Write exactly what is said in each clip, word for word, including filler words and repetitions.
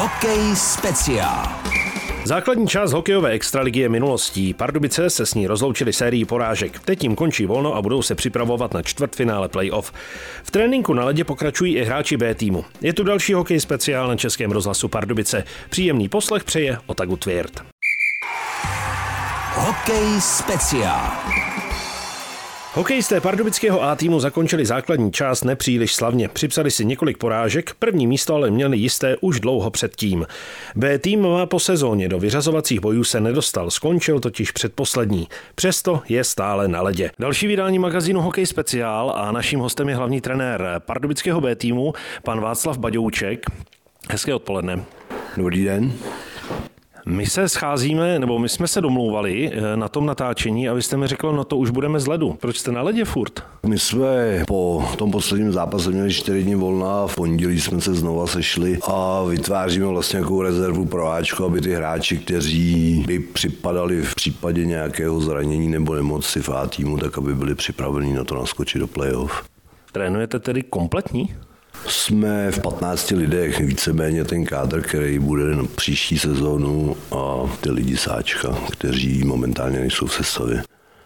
Hokej speciál. Základní část hokejové extraligy je minulostí. Pardubice se s ní rozloučili sérií porážek. Teď jim končí volno a budou se připravovat na čtvrtfinále playoff. V tréninku na ledě pokračují i hráči B týmu. Je tu další hokej speciál na Českém rozhlasu Pardubice. Příjemný poslech přeje Otagu Tvěrt. Hokej speciál. Hokejisté pardubického A týmu zakončili základní část nepříliš slavně. Připsali si několik porážek, první místo ale měli jisté už dlouho předtím. B tým má po sezóně do vyřazovacích bojů se nedostal, skončil totiž předposlední. Přesto je stále na ledě. Další vydání magazínu Hokej speciál a naším hostem je hlavní trenér pardubického B týmu, pan Václav Baďouček. Hezké odpoledne. Dobrý den. My se scházíme, nebo my jsme se domlouvali na tom natáčení a vy jste mi řekl, no to už budeme z ledu. Proč jste na ledě furt? My jsme po tom posledním zápase měli čtyři dny volna, v pondělí jsme se znova sešli a vytváříme vlastně nějakou rezervu pro Ačko, aby ty hráči, kteří by připadali v případě nějakého zranění nebo nemoci v A týmu, tak aby byli připraveni na to naskočit do playoff. Trénujete tedy kompletní? Jsme v patnácti lidech, víceméně ten kádr, který bude na příští sezónu a ty lidi z Ačka, kteří momentálně nejsou v sestavě.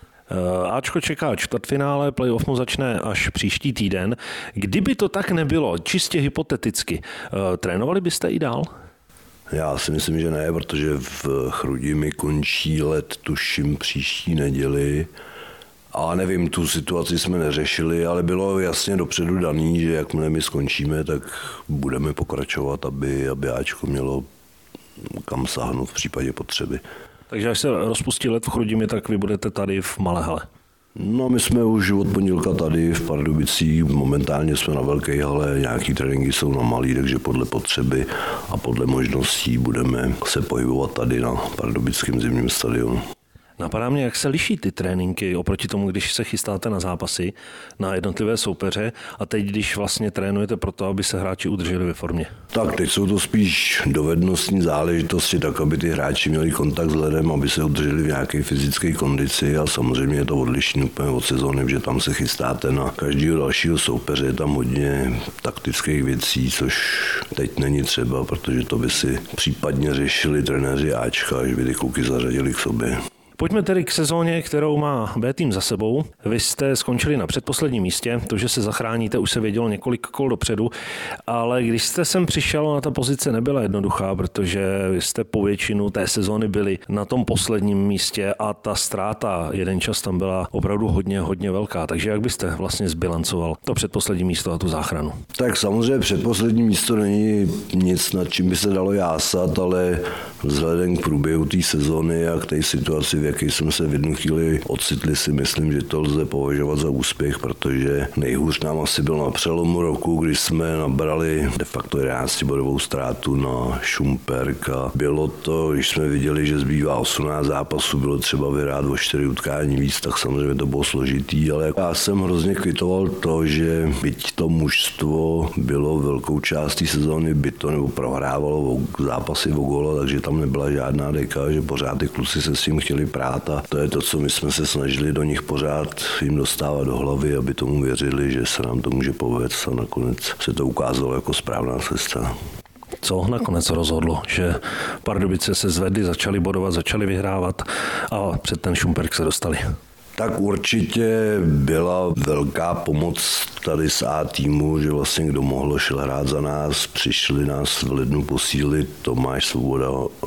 Ačko čeká čtvrtfinále, playoff mu začne až příští týden. Kdyby to tak nebylo, čistě hypoteticky, trénovali byste i dál? Já si myslím, že ne, protože v Chrudimi končí let, tuším, příští neděli. A nevím, tu situaci jsme neřešili, ale bylo jasně dopředu daný, že jakmile my skončíme, tak budeme pokračovat, aby, aby Ačko mělo kam sáhnout v případě potřeby. Takže až se rozpustí let v Chrudimi, tak vy budete tady v Malé hale. No, my jsme už od pondělka tady v Pardubicích, momentálně jsme na Velké hale, nějaký tréninky jsou na malý, takže podle potřeby a podle možností budeme se pohybovat tady na pardubickém zimním stadionu. Napadá mě, jak se liší ty tréninky oproti tomu, když se chystáte na zápasy, na jednotlivé soupeře a teď, když vlastně trénujete pro to, aby se hráči udrželi ve formě. Tak teď jsou to spíš dovednostní záležitosti, tak aby ty hráči měli kontakt s ledem, aby se udrželi v nějaké fyzické kondici a samozřejmě je to odlišný úplně od sezóny, že tam se chystáte na každého dalšího soupeře, je tam hodně taktických věcí, což teď není třeba, protože to by si případně řešili trenéři Ačka, až by ty kluky zařadili k sobě. Pojďme tedy k sezóně, kterou má B tým za sebou. Vy jste skončili na předposledním místě, to, že se zachráníte, už se vědělo několik kol dopředu, ale když jste sem přišel, na ta pozice nebyla jednoduchá, protože vy jste po většinu té sezóny byli na tom posledním místě a ta ztráta jeden čas tam byla opravdu hodně, hodně velká. Takže jak byste vlastně zbilancoval to předposlední místo a tu záchranu? Tak samozřejmě předposlední místo není nic, nad čím by se dalo jásat, ale vzhledem k průběhu té sezóny a k té situaci, v jaký jsme se v jednu chvíli ocitli, si myslím, že to lze považovat za úspěch, protože nejhůř nám asi byl na přelomu roku, když jsme nabrali de facto jedenáctibodovou ztrátu na Šumperk a bylo to, když jsme viděli, že zbývá osmnáct zápasů, bylo třeba vyhrát o čtyři utkání víc, tak samozřejmě to bylo složitý, ale já jsem hrozně kvitoval to, že byť to mužstvo bylo velkou částí sezóny byto nebo prohrávalo zápasy o góla, takže tam nebyla žádná deka, že pořád ty kluci se s tím chtěli prát a to je to, co my jsme se snažili do nich pořád jim dostávat do hlavy, aby tomu věřili, že se nám to může povést a nakonec se to ukázalo jako správná cesta. Co nakonec rozhodlo, že Pardubice se zvedly, začaly bodovat, začaly vyhrávat a před ten Šumperk se dostali? Tak určitě byla velká pomoc tady z A týmu, že vlastně kdo mohl šel hrát za nás, přišli nás v lednu posílit Tomáš Svoboda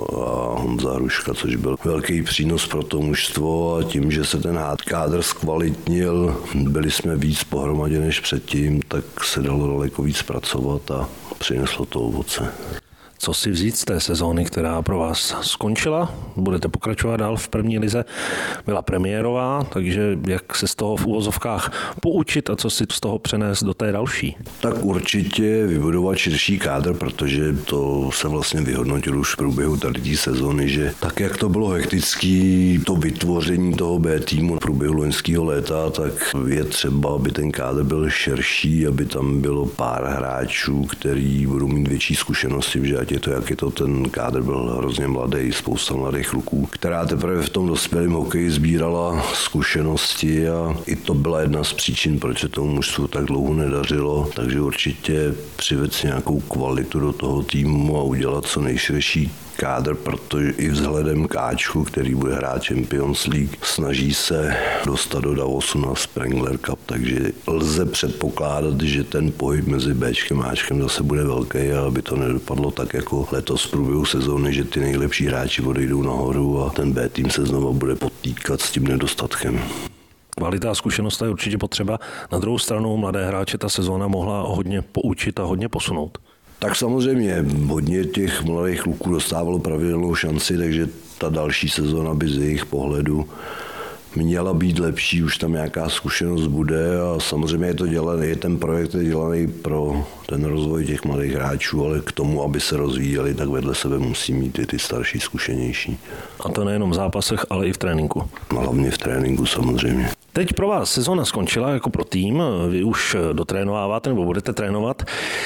a Honza Hruška, což byl velký přínos pro to mužstvo a tím, že se ten kádr zkvalitnil, byli jsme víc pohromadě než předtím, tak se dalo daleko víc pracovat a přineslo to ovoce. Co si vzít z té sezóny, která pro vás skončila? Budete pokračovat dál v první lize. Byla premiérová, takže jak se z toho v uvozovkách poučit a co si z toho přenést do té další? Tak určitě vybudovat širší kádr, protože to se vlastně vyhodnotilo už v průběhu tady té sezóny, že tak, jak to bylo hektický, to vytvoření toho B týmu v průběhu loňského léta, tak je třeba, aby ten kádr byl širší, aby tam bylo pár hráčů, který budou mít větší zkušenosti, že ať je to, jak je to, ten kádr byl hrozně mladý, spousta mladých kluků, která teprve v tom dospělém hokeji sbírala zkušenosti a i to byla jedna z příčin, proč se tomu mužstvu tak dlouho nedařilo, takže určitě přivést nějakou kvalitu do toho týmu a udělat co nejširší kádr, protože i vzhledem k Ačku, který bude hrát Champions League, snaží se dostat do Davosu na Spengler Cup, takže lze předpokládat, že ten pohyb mezi Bčkem a Ačkem zase bude velký, a aby to nedopadlo tak jako letos v průběhu sezóny, že ty nejlepší hráči odejdou nahoru a ten B tým se znova bude potýkat s tím nedostatkem. Kvalita a zkušenost je určitě potřeba. Na druhou stranu mladé hráče ta sezóna mohla hodně poučit a hodně posunout. Tak samozřejmě hodně těch mladých kluků dostávalo pravidelnou šanci, takže ta další sezóna by z jejich pohledu měla být lepší, už tam nějaká zkušenost bude a samozřejmě je to dělaný, je ten projekt je dělaný pro ten rozvoj těch mladých hráčů, ale k tomu, aby se rozvíjeli, tak vedle sebe musí mít i ty starší, zkušenější. A to nejenom v zápasech, ale i v tréninku. A hlavně v tréninku samozřejmě. Teď pro vás sezona skončila jako pro tým, vy už dotrénováváte nebo budete trénovat.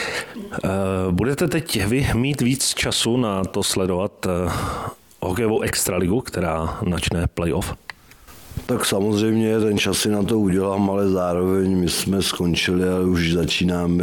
Budete teď vy mít víc času na to sledovat hokejovou extraligu, která načne playoff? Tak samozřejmě ten čas si na to udělám, ale zároveň my jsme skončili a už začínáme,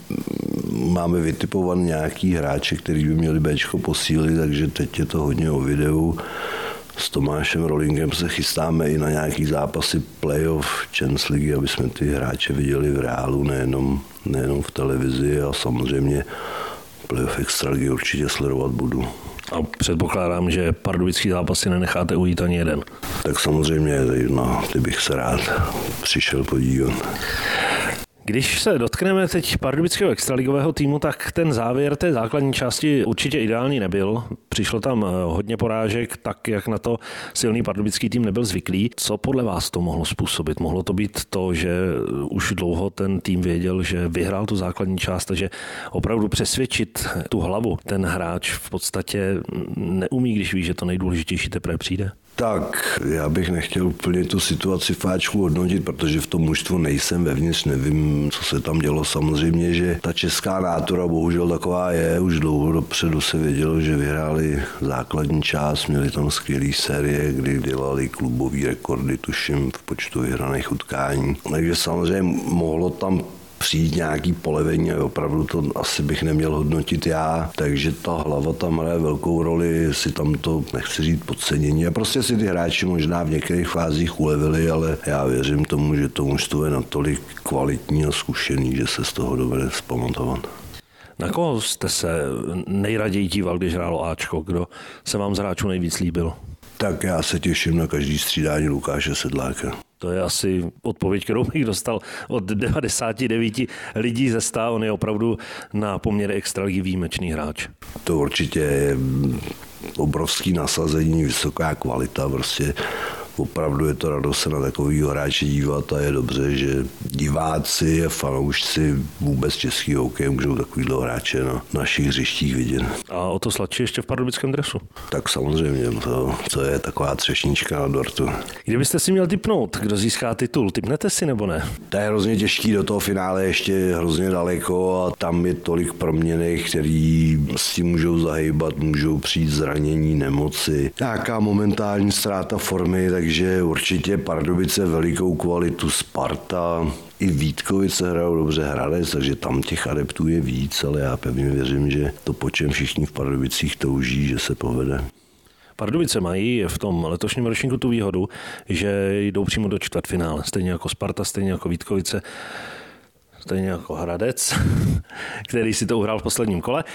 máme vytipovat nějaký hráče, který by měli Bčko posílit, takže teď je to hodně o videu. S Tomášem Rollingem se chystáme i na nějaký zápasy playoff Champions League, aby jsme ty hráče viděli v reálu, nejenom, nejenom v televizi, a samozřejmě playoff extraligy určitě sledovat budu. A předpokládám, že pardubický zápasy nenecháte ujít ani jeden. Tak samozřejmě, no, ty bych se rád přišel podívat. Když se dotkneme teď pardubického extraligového týmu, tak ten závěr té základní části určitě ideální nebyl. Přišlo tam hodně porážek, tak jak na to silný pardubický tým nebyl zvyklý. Co podle vás to mohlo způsobit? Mohlo to být to, že už dlouho ten tým věděl, že vyhrál tu základní část a že opravdu přesvědčit tu hlavu ten hráč v podstatě neumí, když ví, že to nejdůležitější teprve přijde? Tak, já bych nechtěl úplně tu situaci v Ačku hodnotit, protože v tom mužstvu nejsem vevnitř, nevím, co se tam dělo. Samozřejmě, že ta česká nátura bohužel taková je, už dlouho dopředu se vědělo, že vyhráli základní část, měli tam skvělý série, kdy dělali klubový rekordy, tuším, v počtu vyhraných utkání. Takže samozřejmě mohlo tam přijít nějaký polevení a opravdu to asi bych neměl hodnotit já, takže ta hlava tam hraje velkou roli, si tam to, nechci říct, podcenění, a prostě si ty hráči možná v některých fázích ulevili, ale já věřím tomu, že to mužstvo je natolik kvalitní a zkušený, že se z toho dovede vzpamatovat. Na koho jste se nejraději díval, když hrálo Ačko? Kdo se vám z hráčů nejvíc líbil? Tak já se těším na každý střídání Lukáše Sedláka. To je asi odpověď, kterou bych dostal od devadesát devět lidí ze sta. On je opravdu na poměry extraligy výjimečný hráč. To určitě je obrovský nasazení, vysoká kvalita, prostě opravdu je to radost se na takovýho hráče dívat a je dobře, že diváci a fanoušci vůbec český hokej můžou takovýhle hráče na našich hřištích vidět. A o to sladší ještě v pardubickém dresu. Tak samozřejmě, to, to je taková třešnička na dortu. Kdybyste si měl tipnout, kdo získá titul, tipnete si nebo ne? To je hrozně těžký, do toho finále ještě hrozně daleko a tam je tolik proměnných, který s tím můžou zahýbat, můžou přijít zranění, nemoci, nějaká momentální ztráta formy, takže určitě Pardubice velikou kvalitu, Sparta, i Vítkovice hrajou dobře, Hradec, takže tam těch adeptů je víc, ale já pevně věřím, že to, po čem všichni v Pardubicích touží, že se povede. Pardubice mají v tom letošním ročníku tu výhodu, že jdou přímo do čtvrtfinále, stejně jako Sparta, stejně jako Vítkovice, stejně jako Hradec, který si to uhrál v posledním kole.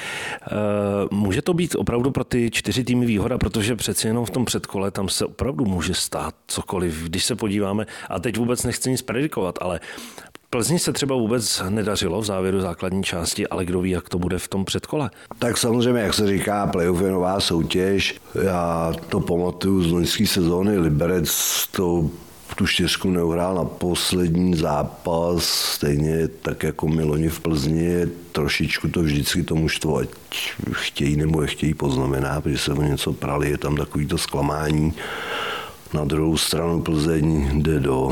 Může to být opravdu pro ty čtyři týmy výhoda, protože přeci jenom v tom předkole tam se opravdu může stát cokoliv. Když se podíváme, a teď vůbec nechci nic predikovat, ale Plzni se třeba vůbec nedařilo v závěru základní části, ale kdo ví, jak to bude v tom předkole. Tak samozřejmě, jak se říká, playoff je nová soutěž. Já to pamatuju z loňské sezóny. Liberec to tu čtyřku neuhrál na poslední zápas, stejně tak jako Miloni v Plzni. Trošičku to vždycky to mužstvo, ať chtějí nebo nechtějí, poznamená, protože se o něco prali, je tam takovýto zklamání. Na druhou stranu Plzeň jde do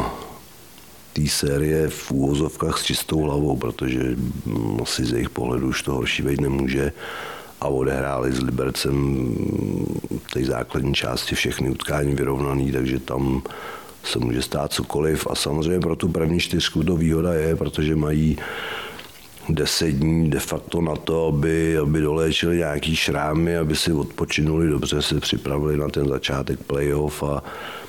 té série v úvozovkách s čistou hlavou, protože asi z jejich pohledu už to horší být nemůže. a odehráli s Libercem v té základní části všechny utkání vyrovnaný, takže tam se může stát cokoliv a samozřejmě pro tu první čtyřku to výhoda je, protože mají deset dní de facto na to, aby, aby doléčili nějaký šrámy, aby si odpočinuli dobře, se připravili na ten začátek playoff a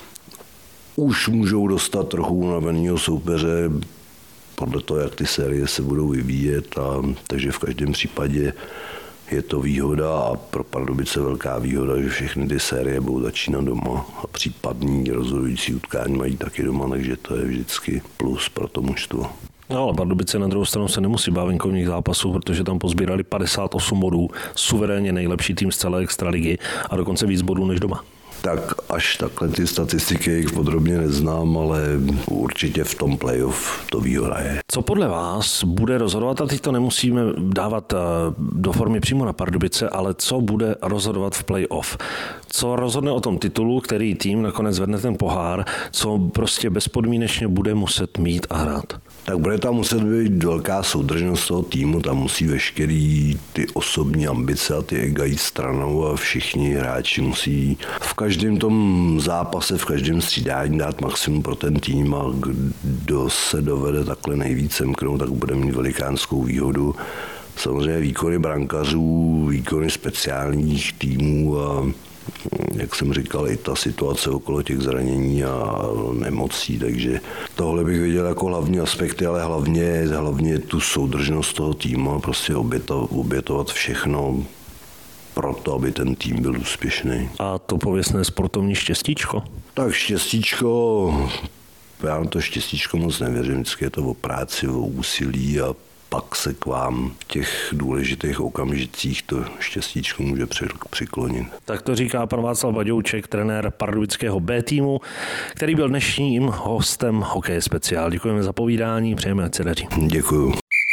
už můžou dostat trochu unaveného soupeře podle toho, jak ty série se budou vyvíjet, a takže v každém případě je to výhoda a pro Pardubice velká výhoda, že všechny ty série budou začínat doma a případní rozhodující utkání mají taky doma, takže to je vždycky plus pro to mužstvo. No, ale Pardubice na druhou stranu se nemusí bát venkovních zápasů, protože tam pozbírali padesát osm bodů, suverénně nejlepší tým z celé extraligy a dokonce víc bodů než doma. Tak až takhle ty statistiky jich podrobně neznám, ale určitě v tom playoff to výhoda je. Co podle vás bude rozhodovat, a teď to nemusíme dávat do formy přímo na Pardubice, ale co bude rozhodovat v playoff? Co rozhodne o tom titulu, který tým nakonec zvedne ten pohár, co prostě bezpodmínečně bude muset mít a hrát? Tak bude tam muset být velká soudržnost toho týmu, tam musí veškerý ty osobní ambice a ty ega jít stranou a všichni hráči musí v každém tom zápase, v každém střídání dát maximum pro ten tým a kdo se dovede takhle nejvíc semknout, tak bude mít velikánskou výhodu. Samozřejmě výkony brankařů, výkony speciálních týmů a jak jsem říkal, i ta situace okolo těch zranění a nemocí, takže tohle bych viděl jako hlavní aspekty, ale hlavně, hlavně tu soudržnost toho týmu a prostě obětovat, obětovat všechno pro to, aby ten tým byl úspěšný. A to pověstné sportovní štěstíčko? Tak štěstíčko, já na to štěstíčko moc nevěřím, vždycky je to o práci, o úsilí a pak se k vám v těch důležitých okamžicích to štěstíčko může přiklonit. Tak to říká pan Václav Baďouček, trenér pardubického B týmu, který byl dnešním hostem Hokej speciál. Děkujeme za povídání, přejeme, ať se daří. Děkuju.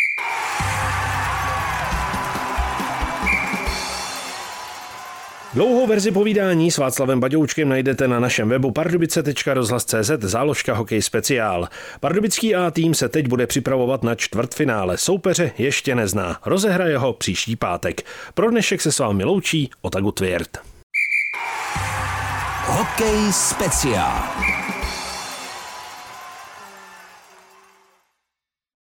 Dlouhou verzi povídání s Václavem Baďoučkem najdete na našem webu pardubice tečka rozhlas tečka cé zet záložka Hokej speciál. Pardubický A tým se teď bude připravovat na čtvrtfinále. Soupeře ještě nezná. Rozehraje ho příští pátek. Pro dnešek se s vámi loučí Otaku Tvěrt. Hokej speciál.